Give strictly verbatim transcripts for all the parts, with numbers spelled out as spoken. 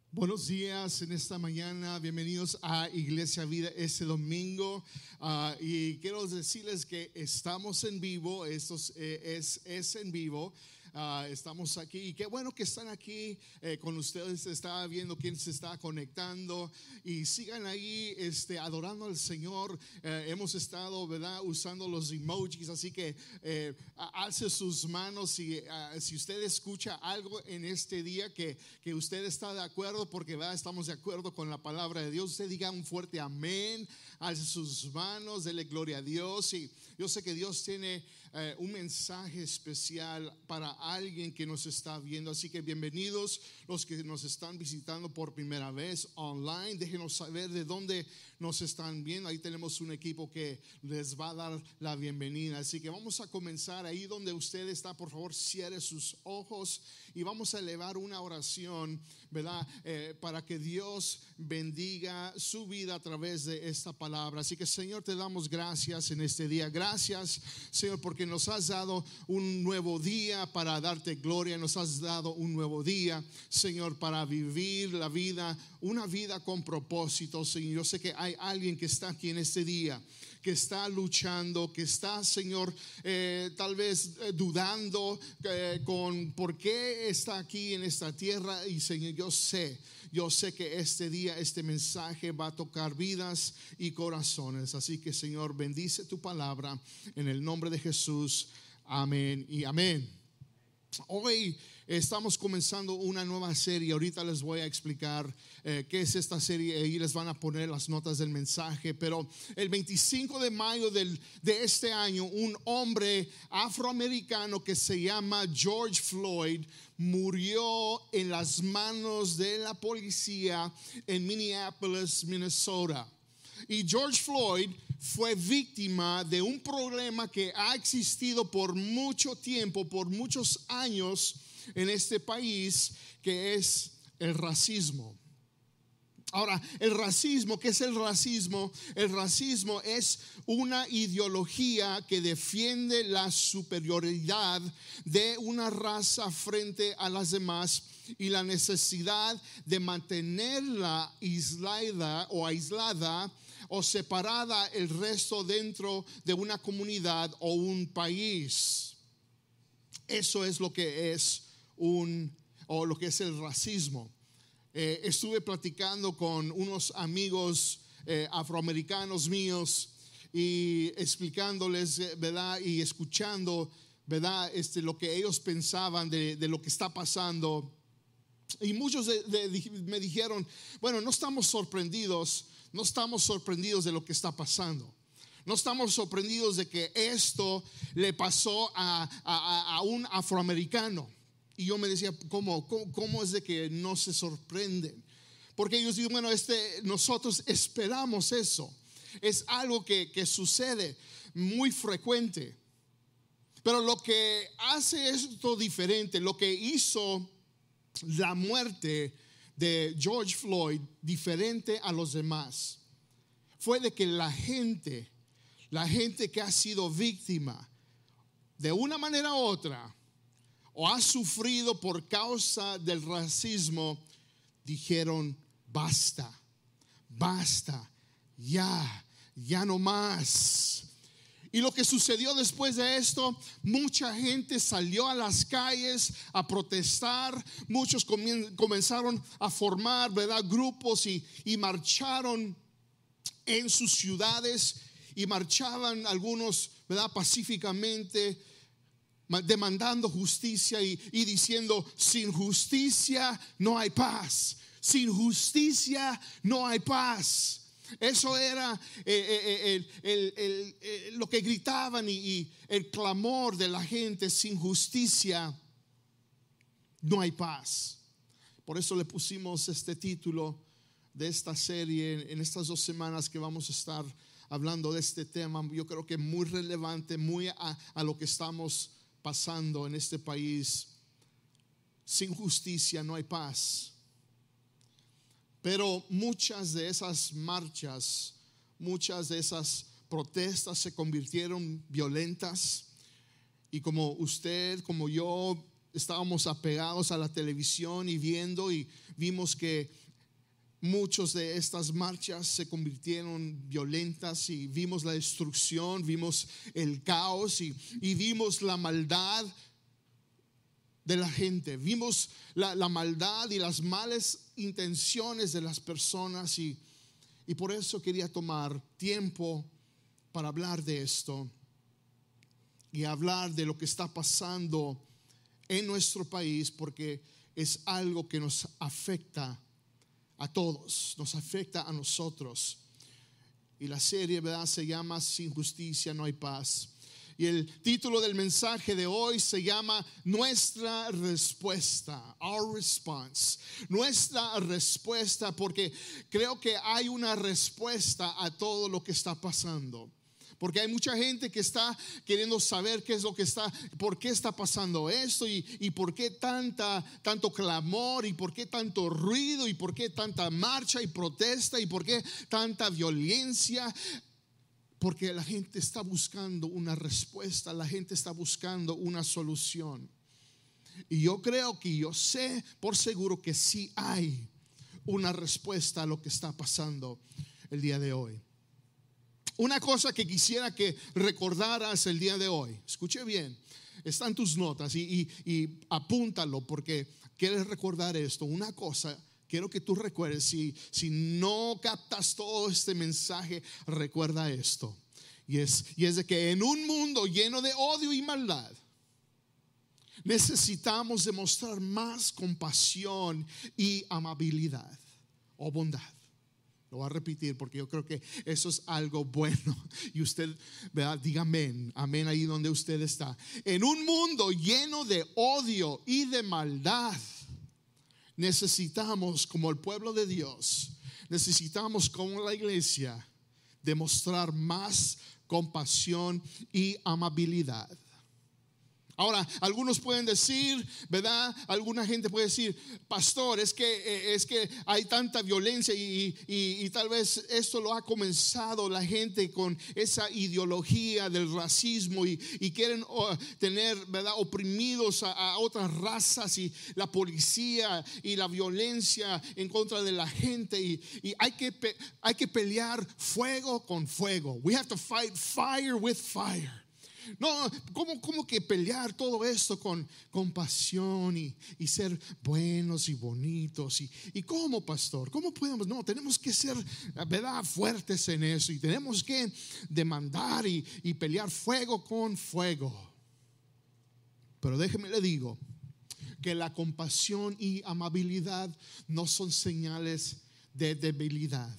Buenos días en esta mañana, bienvenidos a Iglesia Vida este domingo uh, y quiero decirles que estamos en vivo, esto es, es, es en vivo. Uh, estamos aquí y qué bueno que están aquí eh, con ustedes. Estaba viendo quién se está conectando y sigan ahí este, adorando al Señor. Eh, hemos estado, ¿verdad?, usando los emojis, así que eh, alce sus manos si, uh, si usted escucha algo en este día que, que usted está de acuerdo, porque ¿verdad?, estamos de acuerdo con la palabra de Dios. Usted diga un fuerte amén, alce sus manos, dele gloria a Dios. Y yo sé que Dios tiene eh, un mensaje especial para alguien que nos está viendo, así que bienvenidos los que nos están visitando por primera vez online. Déjenos saber de dónde nos están viendo. Ahí tenemos un equipo que les va a dar la bienvenida, así que vamos a comenzar ahí donde usted está. Por favor, cierre sus ojos y vamos a elevar una oración, ¿verdad? Eh, para que Dios bendiga su vida a través de esta palabra. Así que, Señor, te damos gracias en este día. Gracias, Señor, porque nos has dado un nuevo día para darte gloria. Nos has dado un nuevo día, Señor, para vivir la vida, una vida con propósito, Señor. Yo sé que hay alguien que está aquí en este día, que está luchando, que está, Señor, eh, tal vez eh, dudando eh, con por qué está aquí en esta tierra. Y, Señor, yo sé, yo sé que este día, este mensaje va a tocar vidas y corazones. Así que, Señor, bendice tu palabra en el nombre de Jesús. Amén y amén. Hoy estamos comenzando una nueva serie. Ahorita les voy a explicar eh, qué es esta serie y les van a poner las notas del mensaje. Pero el veinticinco de mayo del, de este año, un hombre afroamericano que se llama George Floyd murió en las manos de la policía en Minneapolis, Minnesota. Y George Floyd fue víctima de un problema que ha existido por mucho tiempo, por muchos años en este país, que es el racismo. Ahora, el racismo, ¿qué es el racismo? El racismo es una ideología que defiende la superioridad de una raza frente a las demás y la necesidad de mantenerla aislada o aislada o separada el resto dentro de una comunidad o un país. Eso es lo que es un o lo que es el racismo. Eh, estuve platicando con unos amigos eh, afroamericanos míos y explicándoles, eh, ¿verdad? Y escuchando, ¿verdad? Este, lo que ellos pensaban de, de lo que está pasando. Y muchos de, de, me dijeron, bueno, no estamos sorprendidos, no estamos sorprendidos de lo que está pasando. No estamos sorprendidos de que esto le pasó a, a, a un afroamericano. Y yo me decía, ¿cómo, cómo, cómo es de que no se sorprenden? Porque ellos dicen, bueno, este, nosotros esperamos eso. Es algo que, que sucede muy frecuente. Pero lo que hace esto diferente, lo que hizo la muerte de George Floyd diferente a los demás, fue de que la gente, la gente que ha sido víctima de una manera u otra o ha sufrido por causa del racismo, dijeron basta, basta, ya, ya no más. Y lo que sucedió después de esto, mucha gente salió a las calles a protestar. Muchos comenzaron a formar, ¿verdad?, grupos y, y marcharon en sus ciudades y marchaban algunos, ¿verdad?, pacíficamente, demandando justicia y, y diciendo, sin justicia no hay paz, sin justicia no hay paz. Eso era eh, eh, el, el, el, el, lo que gritaban y, y el clamor de la gente. Sin justicia no hay paz. Por eso le pusimos este título de esta serie en estas dos semanas que vamos a estar hablando de este tema. Yo creo que muy relevante, muy a, a lo que estamos pasando en este país. Sin justicia no hay paz. Pero muchas de esas marchas, muchas de esas protestas se convirtieron violentas. Y como usted, como yo, estábamos apegados a la televisión y viendo, y vimos que muchas de estas marchas se convirtieron violentas, y vimos la destrucción, vimos el caos, y, y vimos la maldad de la gente, vimos la, la maldad y las malas intenciones de las personas, y, y por eso quería tomar tiempo para hablar de esto y hablar de lo que está pasando en nuestro país, porque es algo que nos afecta a todos, nos afecta a nosotros. Y la serie, ¿verdad?, se llama Sin justicia no hay paz. Y el título del mensaje de hoy se llama Nuestra respuesta, Our Response. Nuestra respuesta, porque creo que hay una respuesta a todo lo que está pasando. Porque hay mucha gente que está queriendo saber qué es lo que está, por qué está pasando esto, y, y por qué tanta, tanto clamor, y por qué tanto ruido, y por qué tanta marcha y protesta, y por qué tanta violencia. Porque la gente está buscando una respuesta, la gente está buscando una solución. Y yo creo que yo sé por seguro que sí hay una respuesta a lo que está pasando el día de hoy. Una cosa que quisiera que recordaras el día de hoy, escuche bien, están tus notas, y, y, y apúntalo, porque quieres recordar esto. Una cosa quiero que tú recuerdes, si, si no captas todo este mensaje, recuerda esto, y es, y es de que en un mundo lleno de odio y maldad, necesitamos demostrar más compasión y amabilidad o bondad. Lo voy a repetir porque yo creo que eso es algo bueno. Y usted, ¿verdad?, diga amén, amén ahí donde usted está. En un mundo lleno de odio y de maldad, necesitamos, como el pueblo de Dios, necesitamos como la iglesia, demostrar más compasión y amabilidad. Ahora, algunos pueden decir, ¿verdad? Alguna gente puede decir, pastor, es que, es que hay tanta violencia, y, y, y tal vez esto lo ha comenzado la gente con esa ideología del racismo, y, y quieren uh, tener, ¿verdad?, oprimidos a, a otras razas, y la policía y la violencia en contra de la gente, y, y hay, que pe- hay que pelear fuego con fuego. We have to fight fire with fire. No, ¿cómo, cómo que pelear todo esto con compasión y, y ser buenos y bonitos? Y, y ¿cómo, pastor? ¿Cómo podemos? No, tenemos que ser, ¿verdad?, fuertes en eso, y tenemos que demandar y, y pelear fuego con fuego. Pero déjeme le digo que la compasión y amabilidad no son señales de debilidad.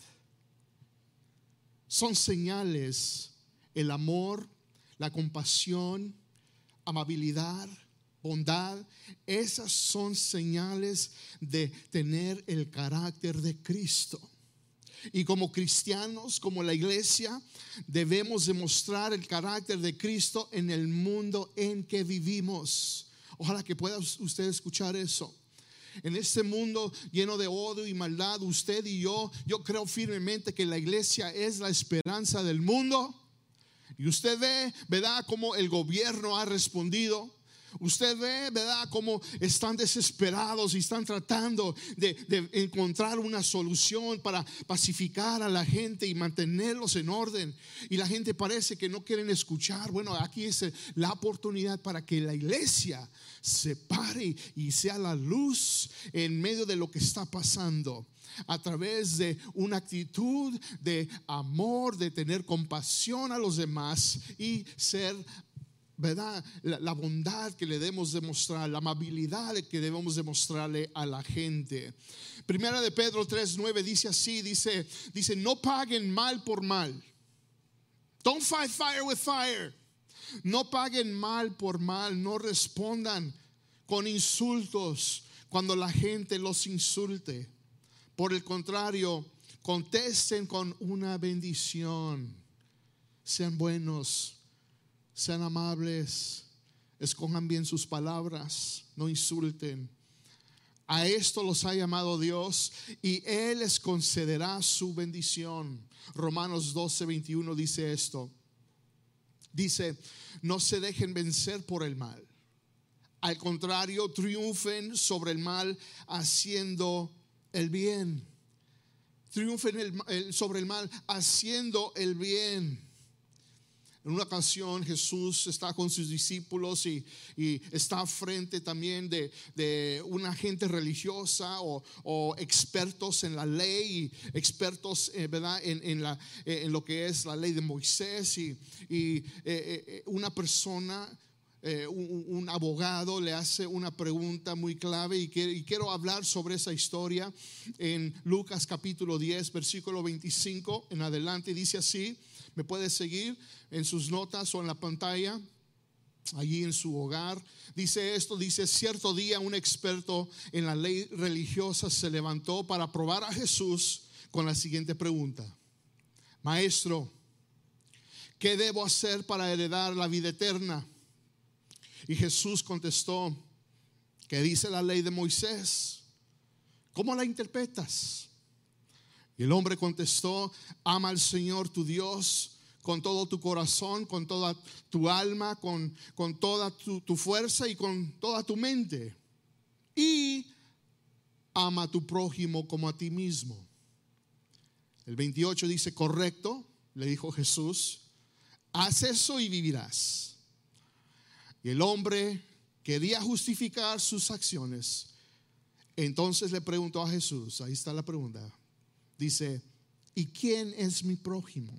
Son señales, el amor, la compasión, amabilidad, bondad. Esas son señales de tener el carácter de Cristo. Y como cristianos, como la iglesia, debemos demostrar el carácter de Cristo en el mundo en que vivimos. Ojalá que pueda usted escuchar eso. En este mundo lleno de odio y maldad, usted y yo, yo creo firmemente que la iglesia es la esperanza del mundo. Y usted ve, ¿verdad?, cómo el gobierno ha respondido. Usted ve, ¿verdad?, cómo están desesperados y están tratando de, de encontrar una solución para pacificar a la gente y mantenerlos en orden. Y la gente parece que no quieren escuchar. Bueno, aquí es la oportunidad para que la iglesia se pare y sea la luz en medio de lo que está pasando, a través de una actitud de amor, de tener compasión a los demás y ser, ¿verdad?, la, la bondad que le debemos demostrar, la amabilidad que debemos demostrarle a la gente. Primera de Pedro tres nueve dice así, dice, dice no paguen mal por mal. Don't fight fire with fire. No paguen mal por mal, no respondan con insultos cuando la gente los insulte. Por el contrario, contesten con una bendición. Sean buenos, sean amables, escojan bien sus palabras, no insulten. A esto los ha llamado Dios y Él les concederá su bendición. Romanos doce veintiuno dice esto. Dice, no se dejen vencer por el mal, Al contrario, triunfen sobre el mal haciendo el bien. Triunfen el, el, sobre el mal haciendo el bien. En una ocasión Jesús está con sus discípulos y, y está frente también de, de una gente religiosa o, o expertos en la ley, expertos eh, ¿verdad? En, en, la, eh, en lo que es la ley de Moisés. Y, y eh, eh, una persona, eh, un, un abogado le hace una pregunta muy clave y, que, y quiero hablar sobre esa historia en Lucas capítulo diez, versículo veinticinco en adelante. Dice así. Me puede seguir en sus notas o en la pantalla, allí en su hogar. Dice esto, dice: cierto día un experto en la ley religiosa se levantó para probar a Jesús con la siguiente pregunta: Maestro, ¿qué debo hacer para heredar la vida eterna? Y Jesús contestó: ¿qué dice la ley de Moisés? ¿Cómo la interpretas? Y el hombre contestó: ama al Señor tu Dios con todo tu corazón, con toda tu alma, con, con toda tu, tu fuerza y con toda tu mente. Y ama a tu prójimo como a ti mismo. El veintiocho dice: correcto, le dijo Jesús, haz eso y vivirás. Y el hombre quería justificar sus acciones. Entonces le preguntó a Jesús, ahí está la pregunta. Dice: ¿y quién es mi prójimo?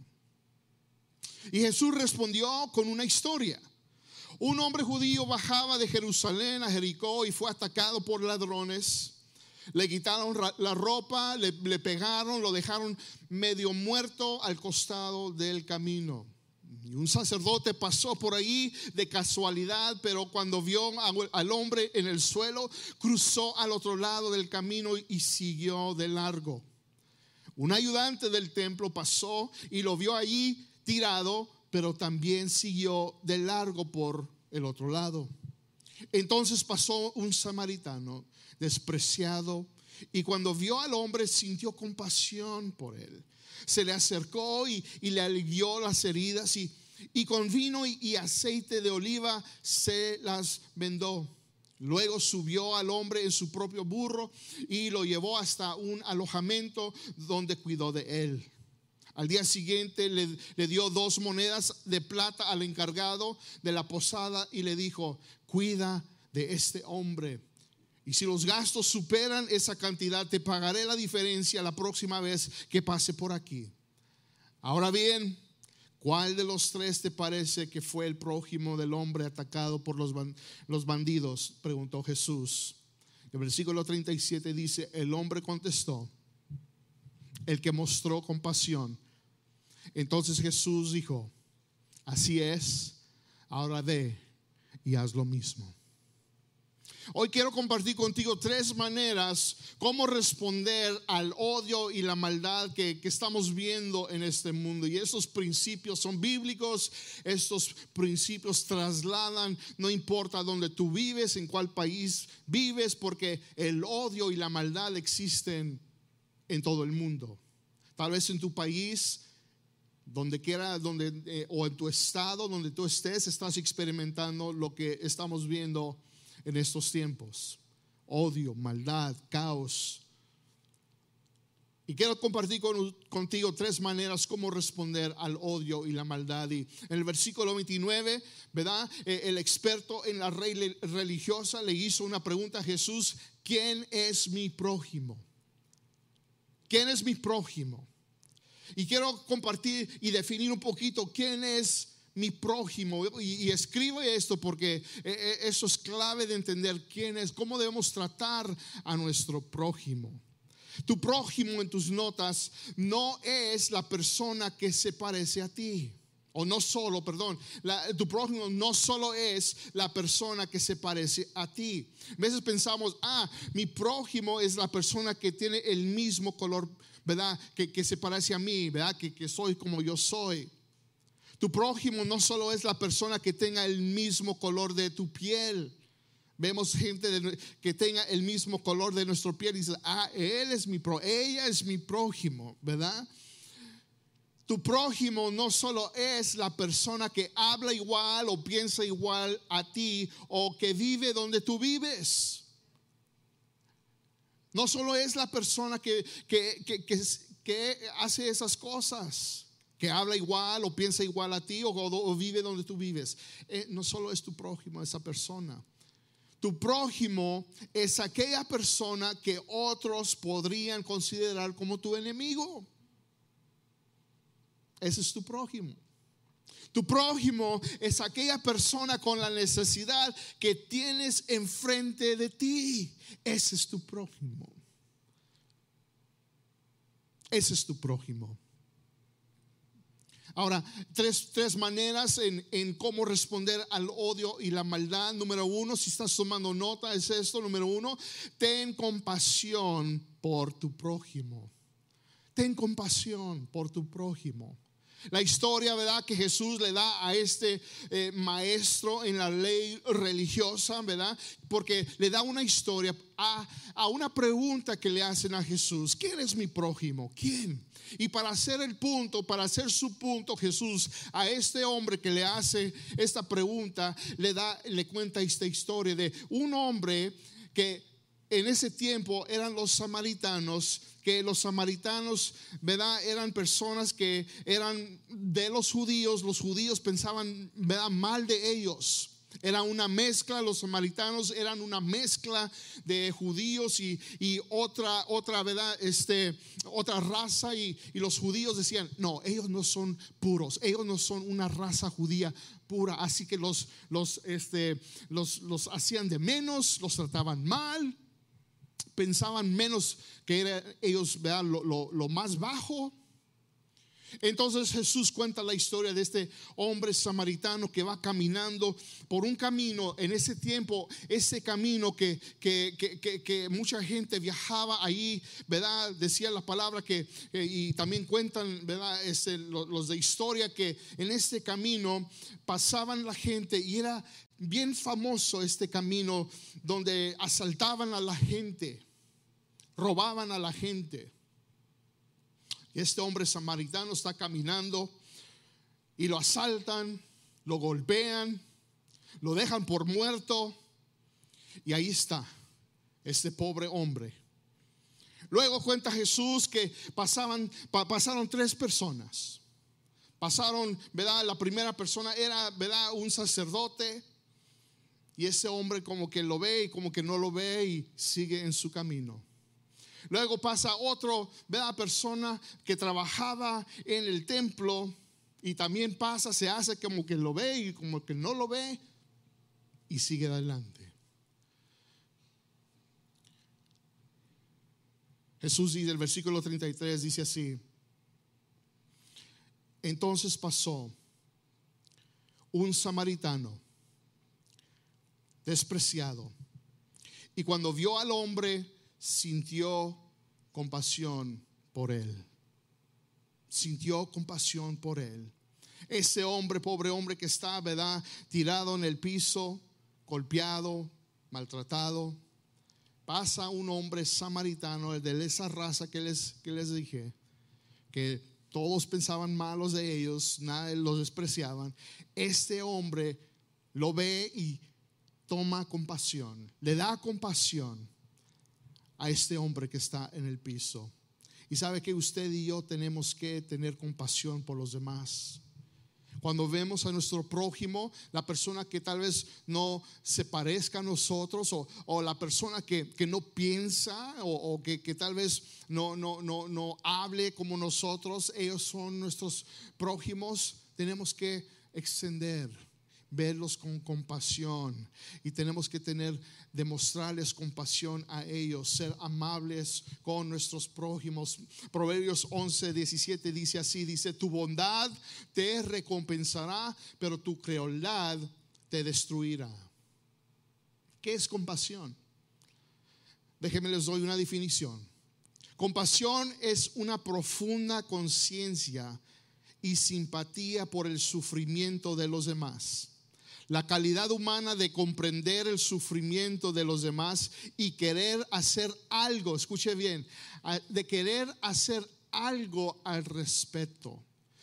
Y Jesús respondió con una historia. Un hombre judío bajaba de Jerusalén a Jericó y fue atacado por ladrones. Le quitaron la ropa, le, le pegaron, lo dejaron medio muerto al costado del camino. Y un sacerdote pasó por ahí de casualidad, pero cuando vio al hombre en el suelo, cruzó al otro lado del camino y siguió de largo. Un ayudante del templo pasó y lo vio allí tirado, pero también siguió de largo por el otro lado. Entonces pasó un samaritano despreciado y cuando vio al hombre sintió compasión por él. Se le acercó y, y le alivió las heridas y, y con vino y, y aceite de oliva se las vendó. Luego subió al hombre en su propio burro y lo llevó hasta un alojamiento donde cuidó de él. Al día siguiente le, le dio dos monedas de plata al encargado de la posada y le dijo: cuida de este hombre. Y si los gastos superan esa cantidad, te pagaré la diferencia la próxima vez que pase por aquí. Ahora bien, ¿cuál de los tres te parece que fue el prójimo del hombre atacado por los, los bandidos? Preguntó Jesús. El versículo treinta y siete dice: el hombre contestó: el que mostró compasión. Entonces Jesús dijo: así es, ahora ve y haz lo mismo. Hoy quiero compartir contigo tres maneras cómo responder al odio y la maldad que, que estamos viendo en este mundo. Y estos principios son bíblicos, estos principios trasladan, no importa dónde tú vives, en cuál país vives, porque el odio y la maldad existen en todo el mundo. Tal vez en tu país, donde quiera, donde, eh, o en tu estado, donde tú estés, estás experimentando lo que estamos viendo en estos tiempos: odio, maldad, caos. Y quiero compartir con, contigo tres maneras cómo responder al odio y la maldad. Y en el versículo veintinueve, ¿verdad? Eh, el experto en la ley religiosa le hizo una pregunta a Jesús: ¿quién es mi prójimo? ¿Quién es mi prójimo? Y quiero compartir y definir un poquito quién es mi prójimo. Y, y escribe esto porque eh, eso es clave de entender quién es, cómo debemos tratar a nuestro prójimo. Tu prójimo, en tus notas, no es la persona que se parece a ti. O no solo, perdón, la, tu prójimo no solo es la persona que se parece a ti. A veces pensamos: ah, mi prójimo es la persona que tiene el mismo color, ¿verdad? Que, que se parece a mí, ¿verdad? Que, que soy como yo soy. Tu prójimo no solo es la persona que tenga el mismo color de tu piel. Vemos gente de, que tenga el mismo color de nuestra piel y dice: ah, él es mi prójimo, ella es mi prójimo, ¿verdad? Tu prójimo no solo es la persona que habla igual o piensa igual a ti o que vive donde tú vives. No solo es la persona que, que, que, que, que hace esas cosas, que habla igual o piensa igual a ti o, o, o vive donde tú vives. Eh, no solo es tu prójimo esa persona. Tu prójimo es aquella persona que otros podrían considerar como tu enemigo. Ese es tu prójimo. Tu prójimo es aquella persona con la necesidad que tienes enfrente de ti. Ese es tu prójimo. Ese es tu prójimo. Ahora, tres, tres maneras en, en cómo responder al odio y la maldad. Número uno, si estás tomando nota, es esto. Número uno, ten compasión por tu prójimo. Ten compasión por tu prójimo. La historia, ¿verdad?, que Jesús le da a este eh, maestro en la ley religiosa, ¿verdad? Porque le da una historia a, a una pregunta que le hacen a Jesús. ¿Quién es mi prójimo? ¿Quién? Y para hacer el punto, para hacer su punto, Jesús a este hombre que le hace esta pregunta, le da, le cuenta esta historia de un hombre que en ese tiempo eran los samaritanos, que los samaritanos, ¿verdad?, eran personas que eran de los judíos. Los judíos pensaban, ¿verdad?, mal de ellos. Era una mezcla, los samaritanos eran una mezcla de judíos y, y otra, otra, ¿verdad?, este, otra raza. Y, y los judíos decían, no, ellos no son puros, ellos no son una raza judía pura. Así que los, los, este, los, los hacían de menos, los trataban mal. Pensaban menos que era ellos, ¿verdad?, lo, lo, lo más bajo. Entonces Jesús cuenta la historia de este hombre samaritano que va caminando por un camino. En ese tiempo, ese camino que, que, que, que, que mucha gente viajaba ahí, ¿verdad? Decía la palabra que, eh, y también cuentan, ¿verdad?, este, los, los de historia, que en este camino pasaban la gente y era bien famoso este camino donde asaltaban a la gente, robaban a la gente. Y este hombre samaritano está caminando y lo asaltan, lo golpean, lo dejan por muerto. Y ahí está este pobre hombre. Luego cuenta Jesús que pasaban, pasaron tres personas. Pasaron, ¿verdad? La primera persona era, ¿verdad?, un sacerdote. Y ese hombre como que lo ve y como que no lo ve y sigue en su camino. Luego pasa otro, ¿verdad?, persona que trabajaba en el templo y también pasa, se hace como que lo ve y como que no lo ve y sigue adelante. Jesús dice, el versículo treinta y tres dice así: entonces pasó un samaritano despreciado y cuando vio al hombre sintió compasión por él. Sintió compasión por él. Ese hombre, pobre hombre que está, ¿verdad?, tirado en el piso, golpeado, maltratado. Pasa un hombre samaritano de esa raza que les, que les dije, que todos pensaban malos de ellos, nadie los despreciaban. Este hombre lo ve y toma compasión, le da compasión a este hombre que está en el piso. Y sabe que usted y yo tenemos que tener compasión por los demás. Cuando vemos a nuestro prójimo, la persona que tal vez no se parezca a nosotros, o, o la persona que, que no piensa, o, o que, que tal vez no, no, no, no hable como nosotros, ellos son nuestros prójimos, tenemos que extender, verlos con compasión, y tenemos que tener, demostrarles compasión a ellos, ser amables con nuestros prójimos. Proverbios once diecisiete dice así, dice: tu bondad te recompensará, pero tu crueldad te destruirá. ¿Qué es compasión? Déjenme les doy una definición. Compasión es una profunda conciencia y simpatía por el sufrimiento de los demás. La calidad humana de comprender el sufrimiento de los demás y querer hacer algo, escuche bien, de querer hacer algo al respecto.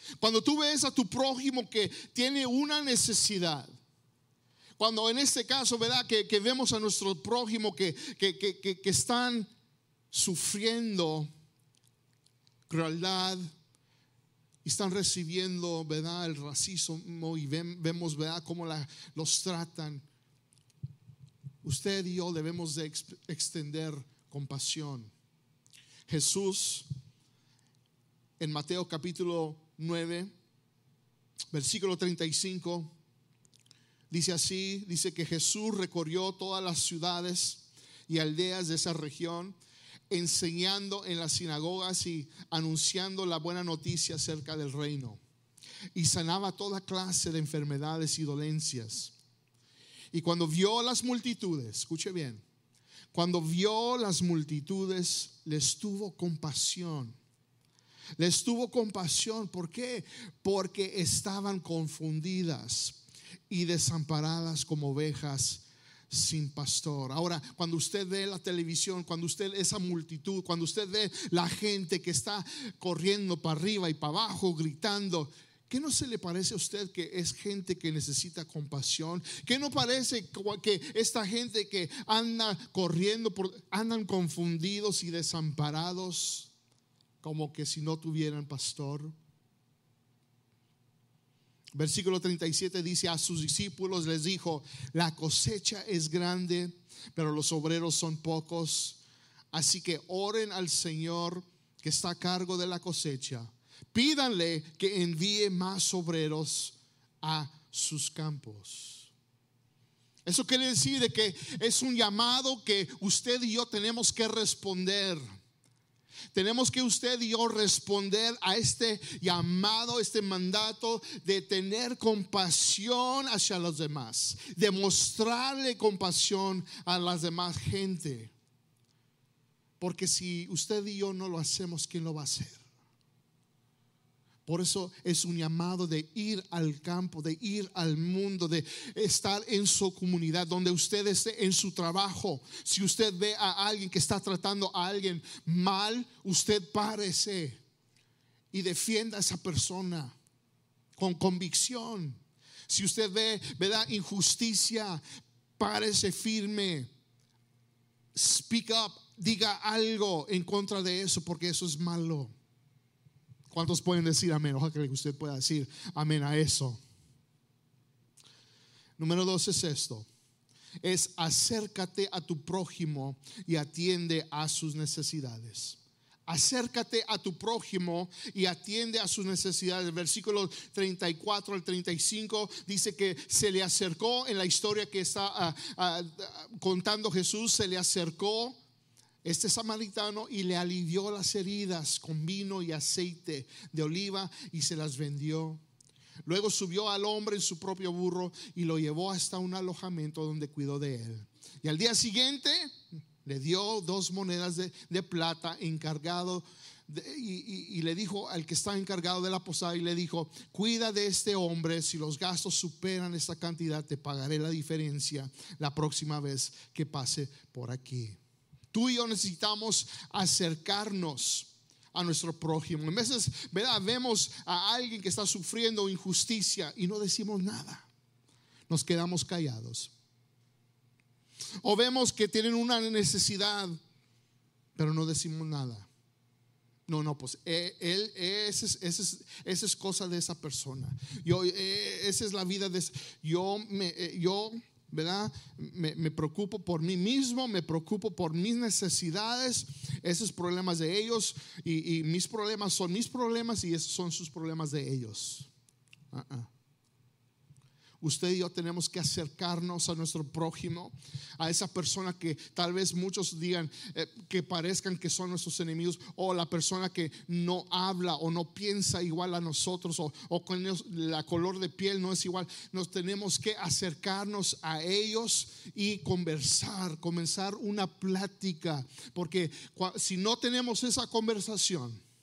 Cuando tú ves a tu prójimo que tiene una necesidad, cuando en este caso, ¿verdad? Que, que vemos a nuestro prójimo que, que, que, que, que están sufriendo crueldad y están recibiendo, ¿verdad? El racismo, y ven, vemos, ¿verdad? Cómo la, los tratan. Usted y yo debemos de ex, extender compasión. Jesús en Mateo capítulo nueve, versículo treinta y cinco, dice así, dice que Jesús recorrió todas las ciudades y aldeas de esa región, enseñando en las sinagogas y anunciando la buena noticia acerca del reino, y sanaba toda clase de enfermedades y dolencias. Y cuando vio las multitudes, escuche bien, cuando vio las multitudes, les tuvo compasión. Les tuvo compasión. ¿Por qué? Porque estaban confundidas y desamparadas como ovejas sin pastor. Ahora, cuando usted ve la televisión, cuando usted ve esa multitud, cuando usted ve la gente que está corriendo para arriba y para abajo, gritando, ¿qué no se le parece a usted que es gente que necesita compasión? ¿Qué no parece que esta gente que anda corriendo, por, andan confundidos y desamparados, como que si no tuvieran pastor? Versículo treinta y siete dice: a sus discípulos les dijo, la cosecha es grande, pero los obreros son pocos. Así que oren al Señor que está a cargo de la cosecha. Pídanle que envíe más obreros a sus campos. Eso quiere decir de que es un llamado que usted y yo tenemos que responder. Tenemos que usted y yo responder a este llamado, este mandato de tener compasión hacia los demás, de mostrarle compasión a las demás gente. Porque si usted y yo no lo hacemos, ¿quién lo va a hacer? Por eso es un llamado de ir al campo, de ir al mundo, de estar en su comunidad, donde usted esté en su trabajo. Si usted ve a alguien que está tratando a alguien mal, usted párese y defienda a esa persona con convicción. Si usted ve, ¿verdad?, injusticia, párese firme. Speak up, diga algo en contra de eso, porque eso es malo. ¿Cuántos pueden decir amén? Ojalá que usted pueda decir amén a eso. Número dos es esto: es acércate a tu prójimo y atiende a sus necesidades. Acércate a tu prójimo y atiende a sus necesidades. El versículo treinta y cuatro al treinta y cinco dice que se le acercó, en la historia que está uh, uh, contando Jesús, se le acercó este samaritano y le alivió las heridas con vino y aceite de oliva y se las vendió. Luego subió al hombre en su propio burro y lo llevó hasta un alojamiento donde cuidó de él. Y al día siguiente le dio dos monedas de, de plata encargado de, y, y, y le dijo al que estaba encargado de la posada, y le dijo: cuida de este hombre, si los gastos superan esta cantidad te pagaré la diferencia la próxima vez que pase por aquí. Tú y yo necesitamos acercarnos a nuestro prójimo. En veces, ¿verdad?, vemos a alguien que está sufriendo injusticia y no decimos nada. Nos quedamos callados. O vemos que tienen una necesidad, pero no decimos nada. No, no, pues él, él esa es, esa es, esa es cosa de esa persona. Yo, esa es la vida de yo me, yo ¿verdad? Me, me preocupo por mí mismo, me preocupo por mis necesidades, esos problemas de ellos, y, y mis problemas son mis problemas y esos son sus problemas de ellos. Uh-uh. Usted y yo tenemos que acercarnos a nuestro prójimo, a esa persona que tal vez muchos digan eh, que parezcan que son nuestros enemigos, o la persona que no habla o no piensa igual a nosotros, o, o con la color de piel no es igual. Nos tenemos que acercarnos a ellos y conversar, comenzar una plática, porque si no tenemos esa conversación,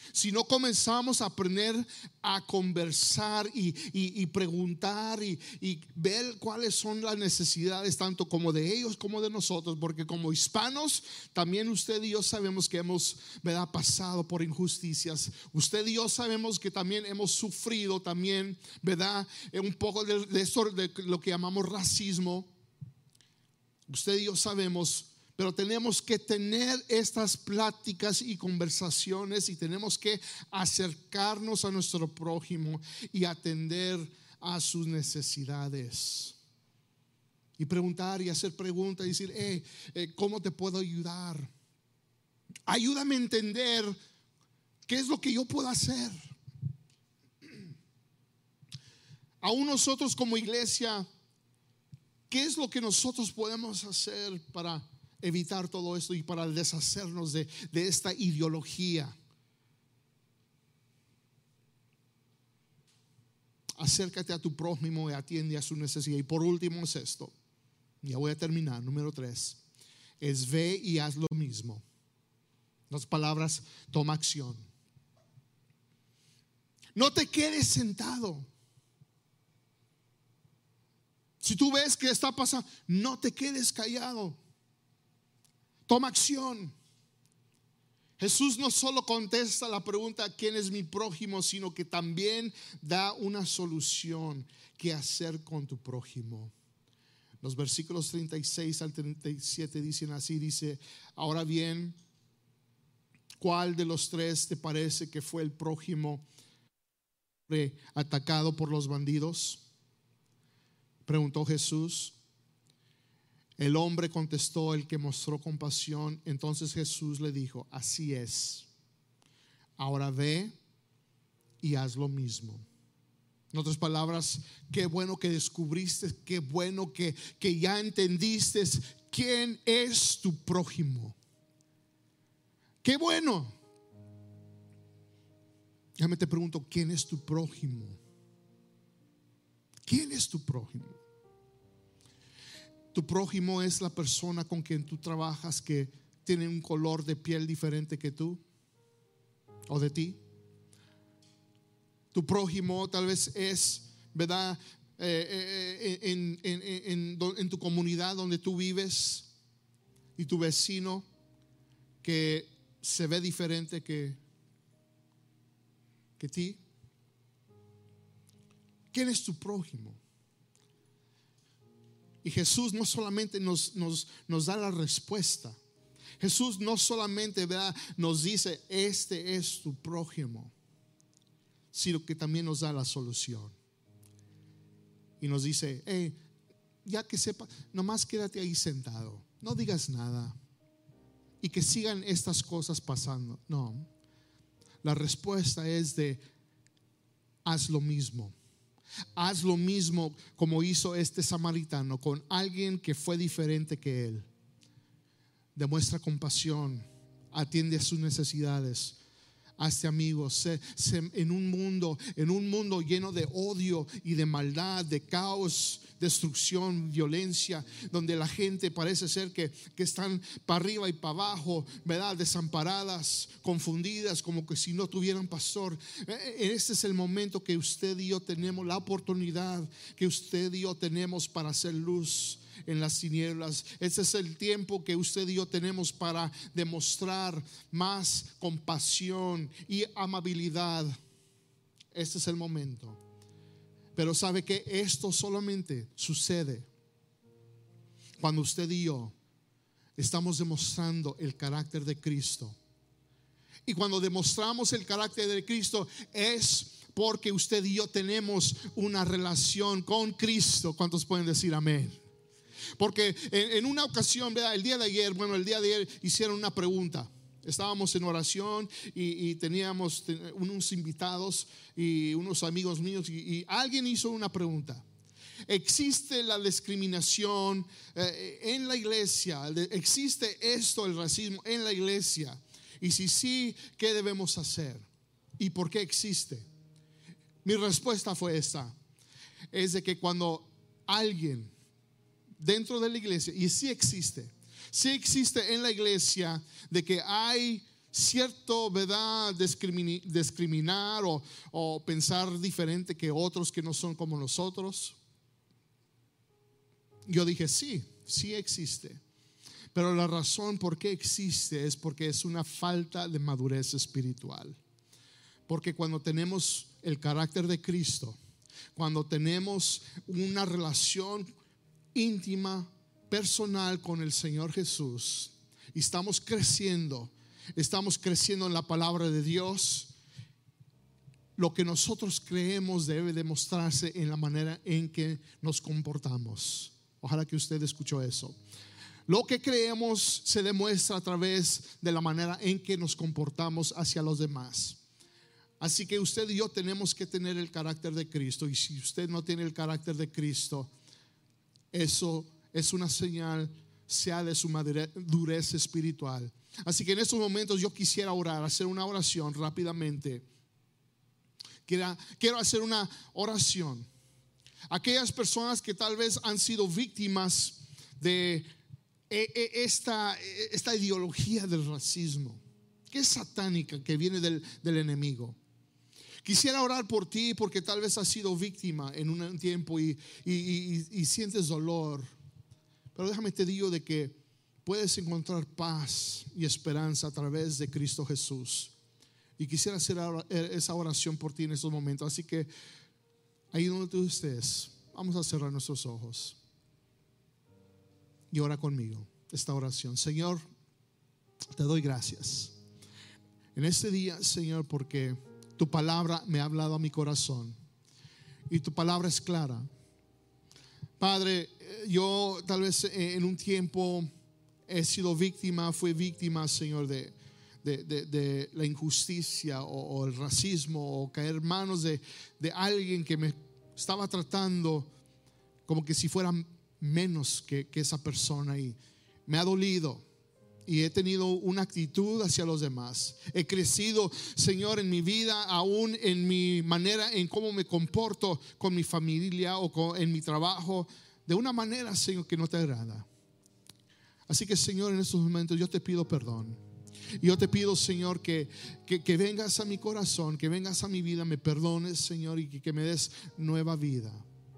Si no comenzamos a aprender a conversar y, y, y preguntar y, y ver cuáles son las necesidades tanto como de ellos como de nosotros, porque como hispanos también usted y yo sabemos que hemos, ¿verdad?, pasado por injusticias. Usted y yo sabemos que también hemos sufrido también, ¿verdad?, un poco de, de eso, de lo que llamamos racismo. Usted y yo sabemos. Pero tenemos que tener estas pláticas y conversaciones y tenemos que acercarnos a nuestro prójimo y atender a sus necesidades. Y preguntar y hacer preguntas y decir, hey, eh, ¿cómo te puedo ayudar? Ayúdame a entender qué es lo que yo puedo hacer. Aún nosotros como iglesia, ¿qué es lo que nosotros podemos hacer para evitar todo esto y para deshacernos de, de esta ideología? Acércate a tu prójimo y atiende a su necesidad. Y por último es esto, ya voy a terminar, número tres, es ve y haz lo mismo. Las palabras, toma acción. No te quedes sentado. Si tú ves que está pasando, no te quedes callado. Toma acción. Jesús no solo contesta la pregunta ¿quién es mi prójimo?, sino que también da una solución. ¿Qué hacer con tu prójimo? Los versículos treinta y seis al treinta y siete dicen así, dice, ahora bien, ¿cuál de los tres te parece que fue el prójimo atacado por los bandidos?, preguntó Jesús. El hombre contestó, el que mostró compasión. Entonces Jesús le dijo, así es, ahora ve y haz lo mismo. En otras palabras, qué bueno que descubriste, qué bueno que, que ya entendiste quién es tu prójimo. Qué bueno. Déjame te pregunto, ¿quién es tu prójimo? ¿Quién es tu prójimo? Tu prójimo es la persona con quien tú trabajas que tiene un color de piel diferente que tú o de ti. Tu prójimo tal vez es, ¿verdad?, eh, eh, en, en, en, en, en tu comunidad donde tú vives, y tu vecino que se ve diferente que, que ti. ¿Quién es tu prójimo? Y Jesús no solamente nos, nos, nos da la respuesta. Jesús no solamente, ¿verdad?, nos dice este es tu prójimo, sino que también nos da la solución. Y nos dice, hey, ya que sepa, nomás quédate ahí sentado, no digas nada y que sigan estas cosas pasando. No, la respuesta es de haz lo mismo. Haz lo mismo como hizo este samaritano con alguien que fue diferente que él. Demuestra compasión, atiende a sus necesidades, hazte amigos. Se, se, en un mundo, en un mundo lleno de odio y de maldad, de caos, destrucción, violencia, donde la gente parece ser que, que están para arriba y para abajo, ¿verdad?, desamparadas, confundidas, como que si no tuvieran pastor. Este es el momento que usted y yo tenemos la oportunidad, que usted y yo tenemos para hacer luz en las tinieblas. Este es el tiempo que usted y yo tenemos para demostrar más compasión y amabilidad. Este es el momento. Pero sabe que esto solamente sucede cuando usted y yo estamos demostrando el carácter de Cristo. Y cuando demostramos el carácter de Cristo es porque usted y yo tenemos una relación con Cristo. ¿Cuántos pueden decir amén? Porque en, en una ocasión, ¿verdad?, el día de ayer, bueno, el día de ayer hicieron una pregunta. Estábamos en oración y, y teníamos unos invitados y unos amigos míos, y, y alguien hizo una pregunta. ¿Existe la discriminación eh, en la iglesia? ¿Existe esto, el racismo en la iglesia? Y si sí, ¿qué debemos hacer? ¿Y por qué existe? Mi respuesta fue esta: es de que cuando alguien dentro de la iglesia, y sí existe, sí existe en la iglesia, de que hay cierto, ¿verdad?, discrimin- discriminar o, o pensar diferente que otros que no son como nosotros. Yo dije, sí, sí existe. Pero la razón por qué existe es porque es una falta de madurez espiritual. Porque cuando tenemos el carácter de Cristo, cuando tenemos una relación íntima, personal con el Señor Jesús, y estamos creciendo, estamos creciendo en la palabra de Dios, lo que nosotros creemos debe demostrarse en la manera en que nos comportamos. Ojalá que usted escuchó eso. Lo que creemos se demuestra a través de la manera en que nos comportamos hacia los demás. Así que usted y yo tenemos que tener el carácter de Cristo. Y si usted no tiene el carácter de Cristo, eso es una señal, sea de su madurez espiritual. Así que en estos momentos yo quisiera orar, hacer una oración rápidamente. Quiero, quiero hacer una oración. Aquellas personas que tal vez han sido víctimas de esta, esta ideología del racismo, que es satánica, que viene del, del enemigo. Quisiera orar por ti porque tal vez has sido víctima en un tiempo y, y, y, y sientes dolor. Pero déjame te digo de que puedes encontrar paz y esperanza a través de Cristo Jesús. Y quisiera hacer esa oración por ti en estos momentos. Así que ahí donde tú estés, vamos a cerrar nuestros ojos y ora conmigo esta oración. Señor, te doy gracias en este día, Señor, porque tu palabra me ha hablado a mi corazón y tu palabra es clara. Padre, yo tal vez en un tiempo he sido víctima, fui víctima, Señor, de, de, de, de la injusticia o, o el racismo, o caer en manos de, de alguien que me estaba tratando como que si fuera menos que, que esa persona, y me ha dolido y he tenido una actitud hacia los demás. He crecido, Señor, en mi vida, aún en mi manera en cómo me comporto con mi familia o con, en mi trabajo, de una manera, Señor, que no te agrada. Así que, Señor, en estos momentos yo te pido perdón. Y yo te pido, Señor, que, que, que vengas a mi corazón, que vengas a mi vida, me perdones, Señor, y que, que me des nueva vida.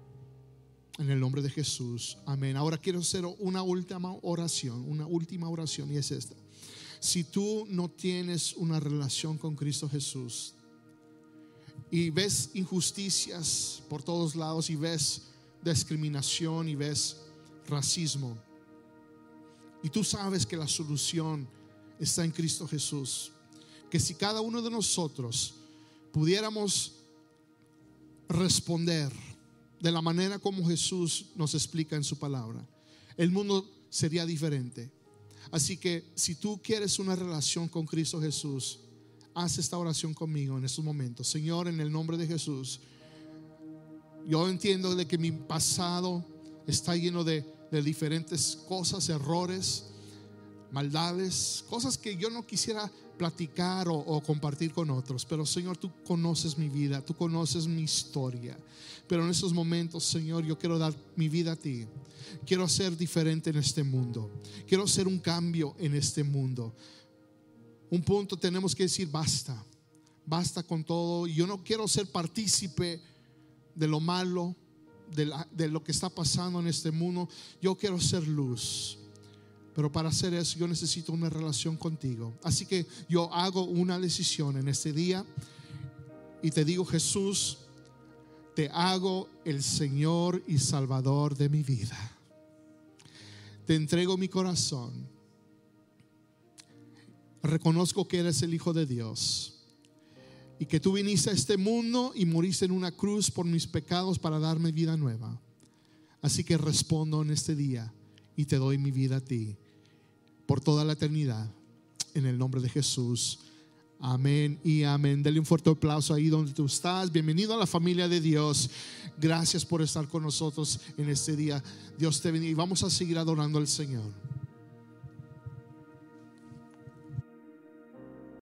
En el nombre de Jesús, amén. Ahora quiero hacer una última oración, una última oración, y es esta. Si tú no tienes una relación con Cristo Jesús y ves injusticias por todos lados, y ves discriminación y ves racismo, y tú sabes que la solución está en Cristo Jesús, que si cada uno de nosotros pudiéramos responder de la manera como Jesús nos explica en su palabra, el mundo sería diferente. Así que si tú quieres una relación con Cristo Jesús, haz esta oración conmigo en estos momentos. Señor, en el nombre de Jesús, yo entiendo de que mi pasado está lleno de, de diferentes cosas, errores, maldades, cosas que yo no quisiera platicar o, o compartir con otros. Pero, Señor, tú conoces mi vida, tú conoces mi historia. Pero en estos momentos, Señor, yo quiero dar mi vida a ti. Quiero ser diferente en este mundo. Quiero hacer un cambio en este mundo. Un punto tenemos que decir basta. Basta con todo. Yo no quiero ser partícipe de lo malo, de, la, de lo que está pasando en este mundo. Yo quiero ser luz. Pero para hacer eso yo necesito una relación contigo. Así que yo hago una decisión en este día y te digo: Jesús, te hago el Señor y Salvador de mi vida. Te entrego mi corazón. Reconozco que eres el Hijo de Dios y que tú viniste a este mundo y moriste en una cruz por mis pecados para darme vida nueva. Así que respondo en este día y te doy mi vida a ti por toda la eternidad, en el nombre de Jesús. Amén y amén. Dale un fuerte aplauso ahí donde tú estás. Bienvenido a la familia de Dios. Gracias por estar con nosotros en este día. Dios te bendiga y vamos a seguir adorando al Señor.